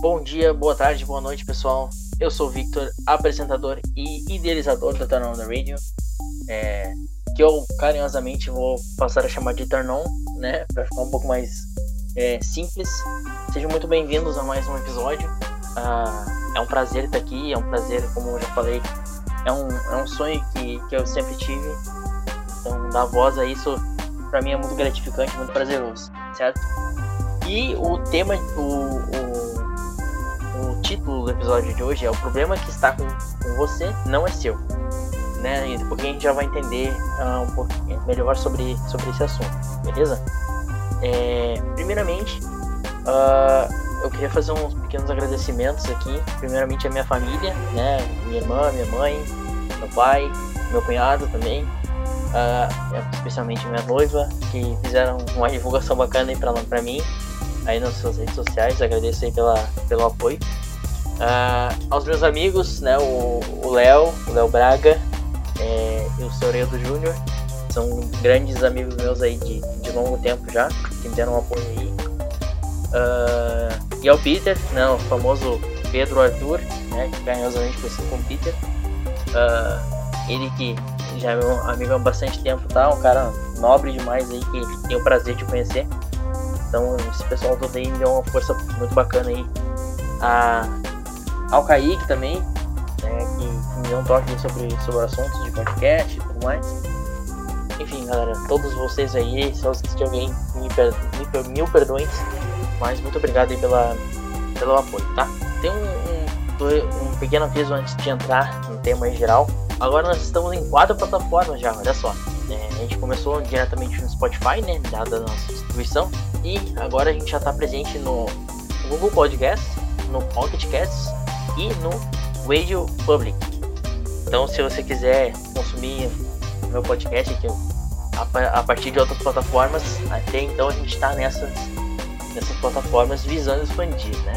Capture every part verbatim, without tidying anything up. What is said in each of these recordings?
Bom dia, boa tarde, boa noite, pessoal. Eu sou o Victor, apresentador e idealizador do Turn On The Radio, é, que eu carinhosamente vou passar a chamar de Turn On, né, para ficar um pouco mais é, simples. Sejam muito bem-vindos a mais um episódio. Ah, é um prazer estar aqui, é um prazer, como eu já falei, é um, é um sonho que, que eu sempre tive. Então, dar voz a isso, para mim é muito gratificante, muito prazeroso, certo? E o tema, o, o, o título do episódio de hoje é: o problema que está com, com você não é seu, né? Porque a gente já vai entender uh, um pouquinho melhor sobre, sobre esse assunto, beleza? É, primeiramente, uh, eu queria fazer uns pequenos agradecimentos aqui. Primeiramente a minha família, né? Minha irmã, minha mãe, meu pai, meu cunhado também. Uh, especialmente minha noiva, que fizeram uma divulgação bacana aí pra, pra mim aí nas suas redes sociais. Agradeço aí pela, pelo apoio. Uh, aos meus amigos, né, o Léo, o Léo Braga é, e o Soredo Júnior, são grandes amigos meus aí de, de longo tempo já, que me deram um apoio aí. Uh, e ao Peter, né, o famoso Pedro Arthur, né, carinhosamente conhecido como Peter. Uh, ele que já é meu amigo há bastante tempo, tá? Um cara nobre demais aí, que tenho o prazer de conhecer. Então esse pessoal todo aí me deu uma força muito bacana aí. A, ao Kaique também, né, que, que me deu um toque sobre, sobre assuntos de podcast e tudo mais. Enfim, galera, todos vocês aí, se eu esqueci de alguém, me per, me, mil perdões, mas muito obrigado aí pela, pelo apoio, tá? Tem um, um, um pequeno aviso antes de entrar no tema em geral. Agora nós estamos em quatro plataformas já, olha só. É, a gente começou diretamente no Spotify, né, dada a nossa distribuição. E agora a gente já está presente no Google Podcast, no Pocket Casts e no Radio Public. Então, se você quiser consumir o meu podcast aqui a, a partir de outras plataformas, até então a gente está nessas, nessas plataformas visando expandir, né?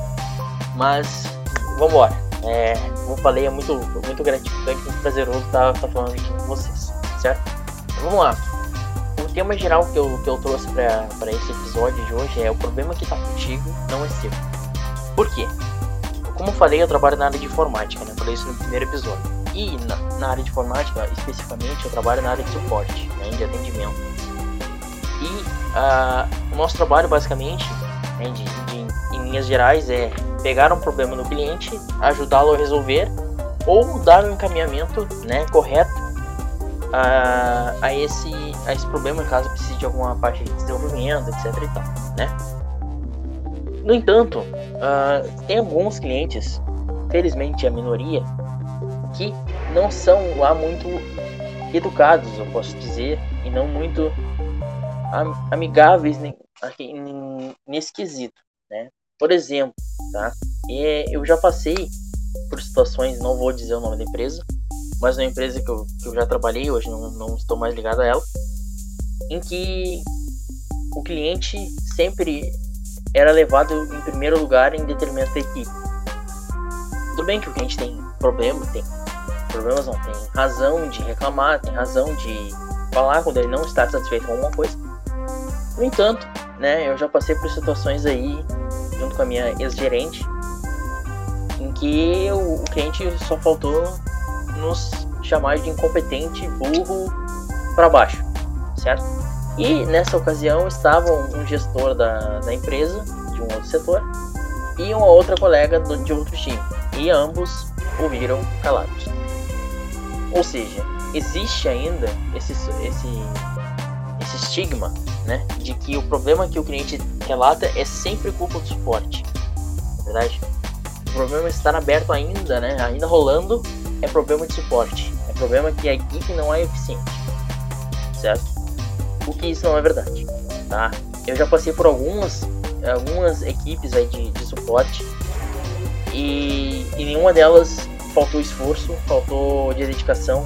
Mas, vamos embora. É, como eu falei, é muito, muito gratificante, muito prazeroso estar, estar falando aqui com vocês, certo? Então, vamos lá. O tema geral que eu, que eu trouxe para esse episódio de hoje é: o problema que está contigo não é seu. Por quê? Como eu falei, eu trabalho na área de informática, né? Eu falei isso no primeiro episódio. E na, na área de informática, especificamente, eu trabalho na área de suporte, né? De atendimento. E uh, o nosso trabalho, basicamente, né? de, de, em linhas gerais, é pegar um problema no cliente, ajudá-lo a resolver ou dar um encaminhamento, né, correto a, a, esse, a esse problema, caso precise de alguma parte de desenvolvimento, etc e tal, né? No entanto, uh, tem alguns clientes, felizmente a minoria, que não são lá muito educados, eu posso dizer, e não muito am- amigáveis nesse quesito, né? Por exemplo, tá? E eu já passei por situações, não vou dizer o nome da empresa, mas uma empresa que eu, que eu já trabalhei, hoje não, não estou mais ligado a ela, em que o cliente sempre era levado em primeiro lugar em detrimento da equipe. Tudo bem que o cliente tem problema, tem problemas não, tem razão de reclamar, tem razão de falar quando ele não está satisfeito com alguma coisa. No entanto, né, eu já passei por situações aí, junto com a minha ex-gerente, em que o, o cliente só faltou nos chamar de incompetente, burro, para baixo, certo? E nessa ocasião estavam um gestor da, da empresa, de um outro setor, e uma outra colega do, de outro time, e ambos ouviram calados. Ou seja, existe ainda esse, esse, esse estigma, né, de que o problema que o cliente relata é sempre culpa do suporte. Na verdade, o problema estar aberto ainda, né, ainda rolando, é problema de suporte. É problema que a equipe não é eficiente, certo? O que isso não é verdade, tá? Eu já passei por algumas, algumas equipes aí de, de suporte e em nenhuma delas faltou esforço, faltou de dedicação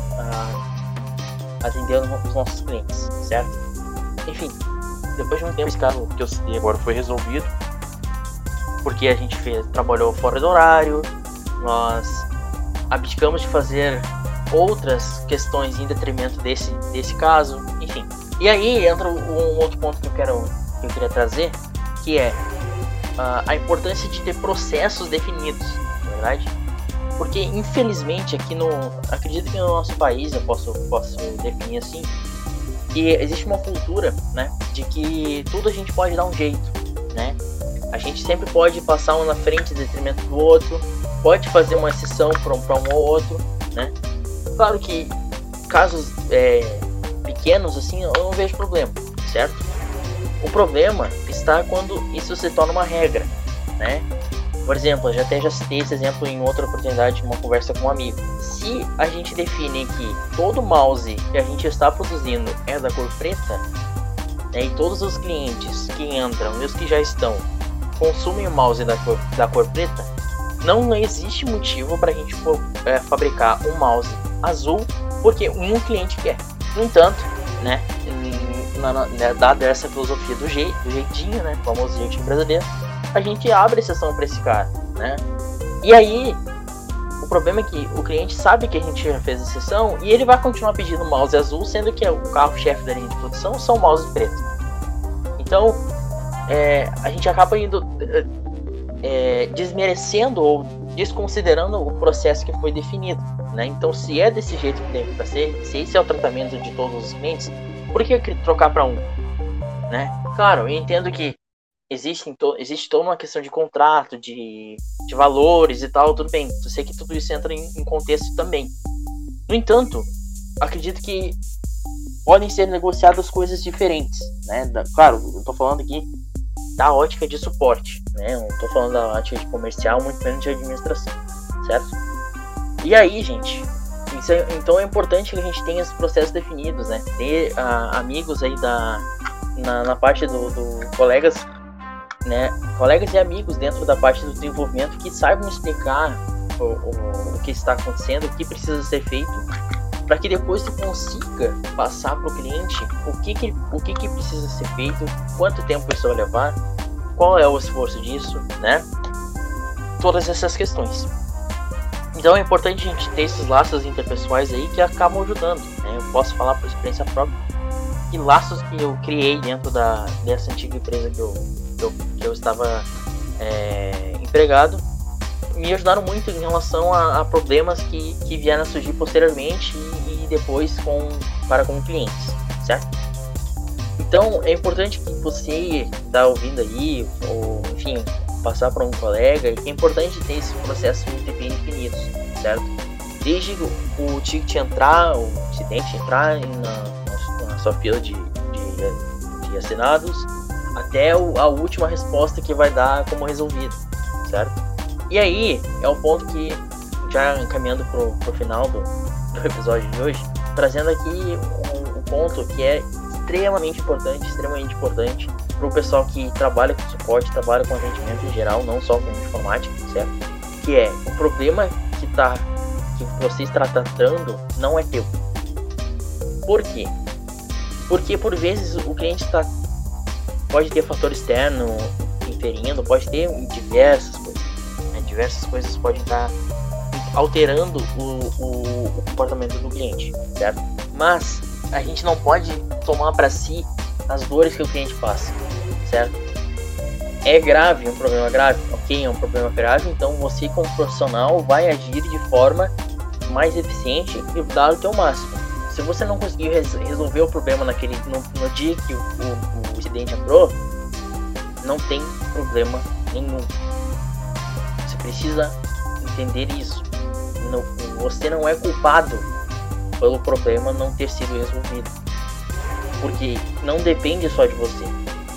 a atender os nossos clientes, certo? Enfim, depois de um tempo esse caso que eu citei agora foi resolvido, porque a gente fez, trabalhou fora do horário, nós abdicamos de fazer outras questões em detrimento desse, desse caso, enfim. E aí entra um outro ponto que eu quero que eu queria trazer, que é a, a importância de ter processos definidos, na verdade. Porque, infelizmente, aqui no... acredito que no nosso país, eu posso, posso definir assim, que existe uma cultura, né, de que tudo a gente pode dar um jeito, né? A gente sempre pode passar um na frente em detrimento do outro, pode fazer uma exceção para um, para um ou outro, né? Claro que casos é, pequenos, assim, eu não vejo problema, certo? O problema está quando isso se torna uma regra, né? Por exemplo, eu já até já citei esse exemplo em outra oportunidade, uma conversa com um amigo. Se a gente define que todo mouse que a gente está produzindo é da cor preta, né, e todos os clientes que entram e os que já estão consumem o mouse da cor, da cor preta, não existe motivo para a gente é, fabricar um mouse azul porque um cliente quer. No entanto, né, na, na, dada essa filosofia do, je, do jeitinho, né, famoso jeitinho brasileiro, a gente abre exceção para esse cara, né? E aí, o problema é que o cliente sabe que a gente já fez exceção e ele vai continuar pedindo mouse azul, sendo que o carro-chefe da linha de produção são mouse pretos. Então, é, a gente acaba indo é, desmerecendo ou desconsiderando o processo que foi definido, né? Então, se é desse jeito que deve para ser, se esse é o tratamento de todos os clientes, por que trocar para um, né? Claro, eu entendo que Existe, to- existe toda uma questão de contrato, de, de valores e tal, tudo bem. Eu sei que tudo isso entra em, em contexto também. No entanto, acredito que podem ser negociadas coisas diferentes, né? Da, claro, eu tô falando aqui da ótica de suporte, né? Eu não tô falando da ótica de comercial, muito menos de administração, certo? E aí, gente, isso é, então é importante que a gente tenha esses processos definidos, né? Ter uh, amigos aí da, na, na parte do, do colegas, né, colegas e amigos dentro da parte do desenvolvimento que saibam explicar o, o, o que está acontecendo, o que precisa ser feito, para que depois tu consiga passar para o cliente o que que, o que que precisa ser feito, quanto tempo isso vai levar, qual é o esforço disso, né? Todas essas questões. Então é importante a gente ter esses laços interpessoais aí que acabam ajudando, né? Eu posso falar por experiência própria que laços que eu criei dentro da, dessa antiga empresa que eu Que eu, que eu estava é, empregado me ajudaram muito em relação a, a problemas que, que vieram a surgir posteriormente e, e depois com, para com clientes, certo? Então é importante que você está ouvindo aí, ou enfim, passar para um colega, e é importante ter esse processo muito bem definido, certo? Desde o, o ticket entrar, o incidente entrar na, na sua fila de, de, de assinados, até o, a última resposta que vai dar como resolvido, certo? E aí é o ponto que, já encaminhando pro, pro final do, do episódio de hoje, trazendo aqui um, um ponto que é extremamente importante, extremamente importante pro pessoal que trabalha com suporte, trabalha com atendimento em geral, não só com informática, certo? Que é, o problema que, tá, que você está tratando não é teu. Por quê? Porque por vezes o cliente está pode ter fator externo interferindo, pode ter diversas coisas, né? Diversas coisas podem estar alterando o, o, o comportamento do cliente, certo? Mas a gente não pode tomar para si as dores que o cliente passa, certo? É grave, um problema grave, ok, é um problema grave, então você como profissional vai agir de forma mais eficiente e dar o teu máximo. Se você não conseguir res- resolver o problema naquele, no, no dia que o, o, o incidente entrou, não tem problema nenhum. Você precisa entender isso. Não, você não é culpado pelo problema não ter sido resolvido, porque não depende só de você.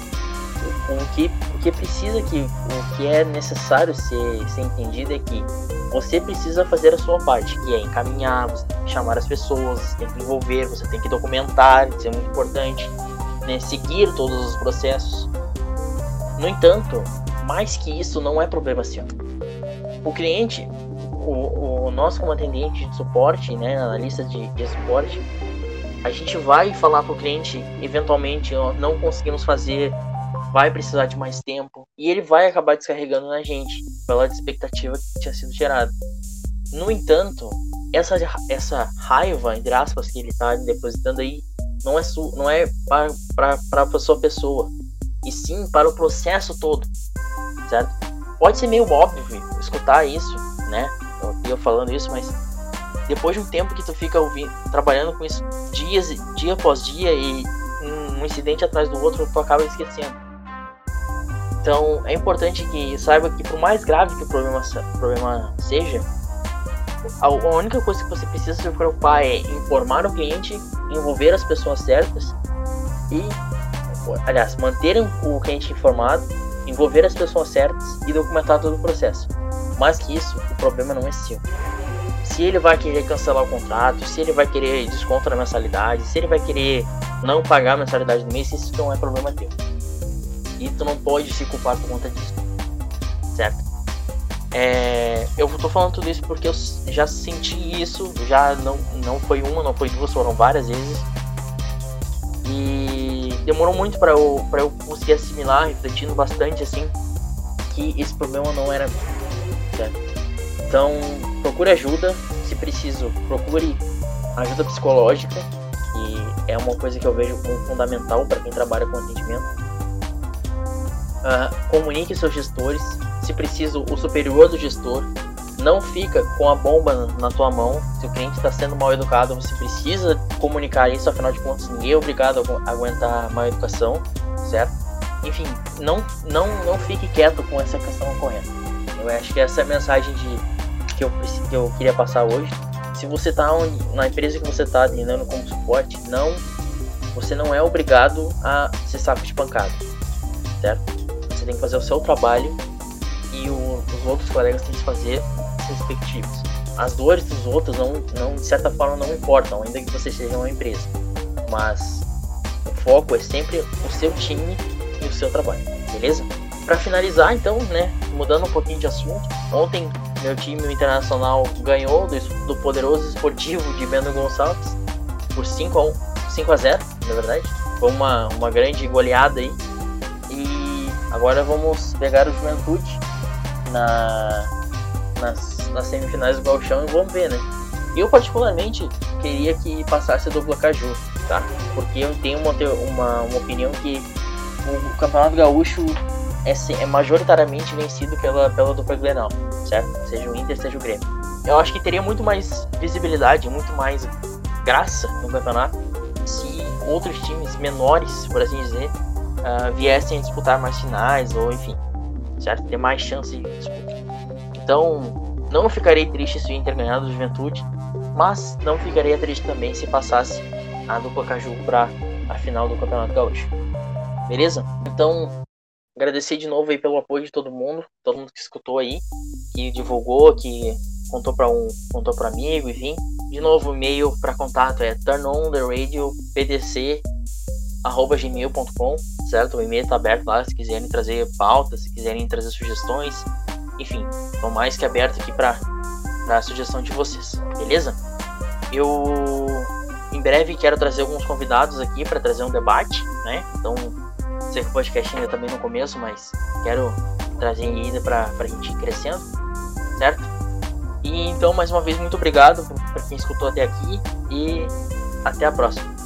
O, o, que, o que precisa que o que é necessário ser, ser entendido é que você precisa fazer a sua parte, que é encaminhar, você tem que chamar as pessoas, você tem que envolver, você tem que documentar, isso é muito importante, né? Seguir todos os processos. No entanto, mais que isso não é problema seu. O cliente, o, o nós como atendente de suporte, né, analista de, de suporte, a gente vai falar para o cliente, eventualmente não conseguimos fazer, vai precisar de mais tempo, e ele vai acabar descarregando na gente pela expectativa que tinha sido gerada. No entanto, essa, essa raiva, entre aspas, que ele está depositando aí, não é, su, não é para a sua pessoa, e sim para o processo todo. certo? Pode ser meio óbvio escutar isso, né? Eu, eu falando isso, mas depois de um tempo que tu fica ouvindo, trabalhando com isso dias, dia após dia e um incidente atrás do outro, tu acaba esquecendo. Então é importante que saiba que por mais grave que o problema, o problema seja, a única coisa que você precisa se preocupar é informar o cliente, envolver as pessoas certas e, aliás, manter o cliente informado, envolver as pessoas certas e documentar todo o processo. Mais que isso, o problema não é seu. Se ele vai querer cancelar o contrato, se ele vai querer desconto na mensalidade, se ele vai querer não pagar a mensalidade do mês, isso não é problema teu. E tu não pode se culpar por conta disso, certo? É, eu tô falando tudo isso porque eu já senti isso, já não, não foi uma, não foi duas, foram várias vezes. E demorou muito para eu, pra eu conseguir assimilar, refletindo bastante assim, que esse problema não era meu, certo? Então, procure ajuda, se preciso, procure ajuda psicológica, que é uma coisa que eu vejo como fundamental para quem trabalha com atendimento. Uh, comunique seus gestores, se preciso, o superior do gestor. Não fica com a bomba na tua mão. Se o cliente está sendo mal educado, você precisa comunicar isso, afinal de contas ninguém é obrigado a aguentar má educação, certo? Enfim, não, não, não fique quieto com essa questão ocorrendo. Eu acho que essa é a mensagem de, que, eu, que eu queria passar hoje. Se você está na empresa que você está atendendo como suporte, não, você não é obrigado a ser saco de pancada, certo? Você tem que fazer o seu trabalho e o, os outros colegas têm que fazer os respectivos. As dores dos outros não, não, de certa forma não importam, ainda que você seja uma empresa. Mas o foco é sempre o seu time e o seu trabalho, beleza? Para finalizar, então, né, mudando um pouquinho de assunto, ontem meu time internacional ganhou do, do poderoso esportivo de Bento Gonçalves por cinco a zero, na verdade. Foi uma, uma grande goleada aí. E agora vamos pegar o Juventude na, nas, nas semifinais do Gauchão e vamos ver, né? Eu particularmente queria que passasse a dupla Caju, tá? Porque eu tenho uma, uma, uma opinião que o Campeonato Gaúcho é, é majoritariamente vencido pela, pela dupla Grenal, certo? Seja o Inter, seja o Grêmio. Eu acho que teria muito mais visibilidade, muito mais graça no campeonato se outros times menores, por assim dizer, uh, viessem a disputar mais finais, ou enfim, certo? Ter mais chance de disputa. Então, não ficarei triste se o Inter ganhar do Juventude, mas não ficaria triste também se passasse a dupla Caju para a final do Campeonato Gaúcho. Beleza? Então, agradecer de novo aí pelo apoio de todo mundo, todo mundo que escutou aí, que divulgou, que contou para um, contou para amigo, enfim. De novo, o e-mail para contato é turnontheradio.pdc arroba gmail ponto com, certo? O e-mail está aberto lá se quiserem trazer pautas, se quiserem trazer sugestões, enfim, estou mais que aberto aqui para a sugestão de vocês, beleza? Eu em breve quero trazer alguns convidados aqui para trazer um debate, né? Então, sei que o podcast ainda está bem no começo, mas quero trazer ainda para a gente ir crescendo, certo? E então, mais uma vez, muito obrigado para quem escutou até aqui e até a próxima.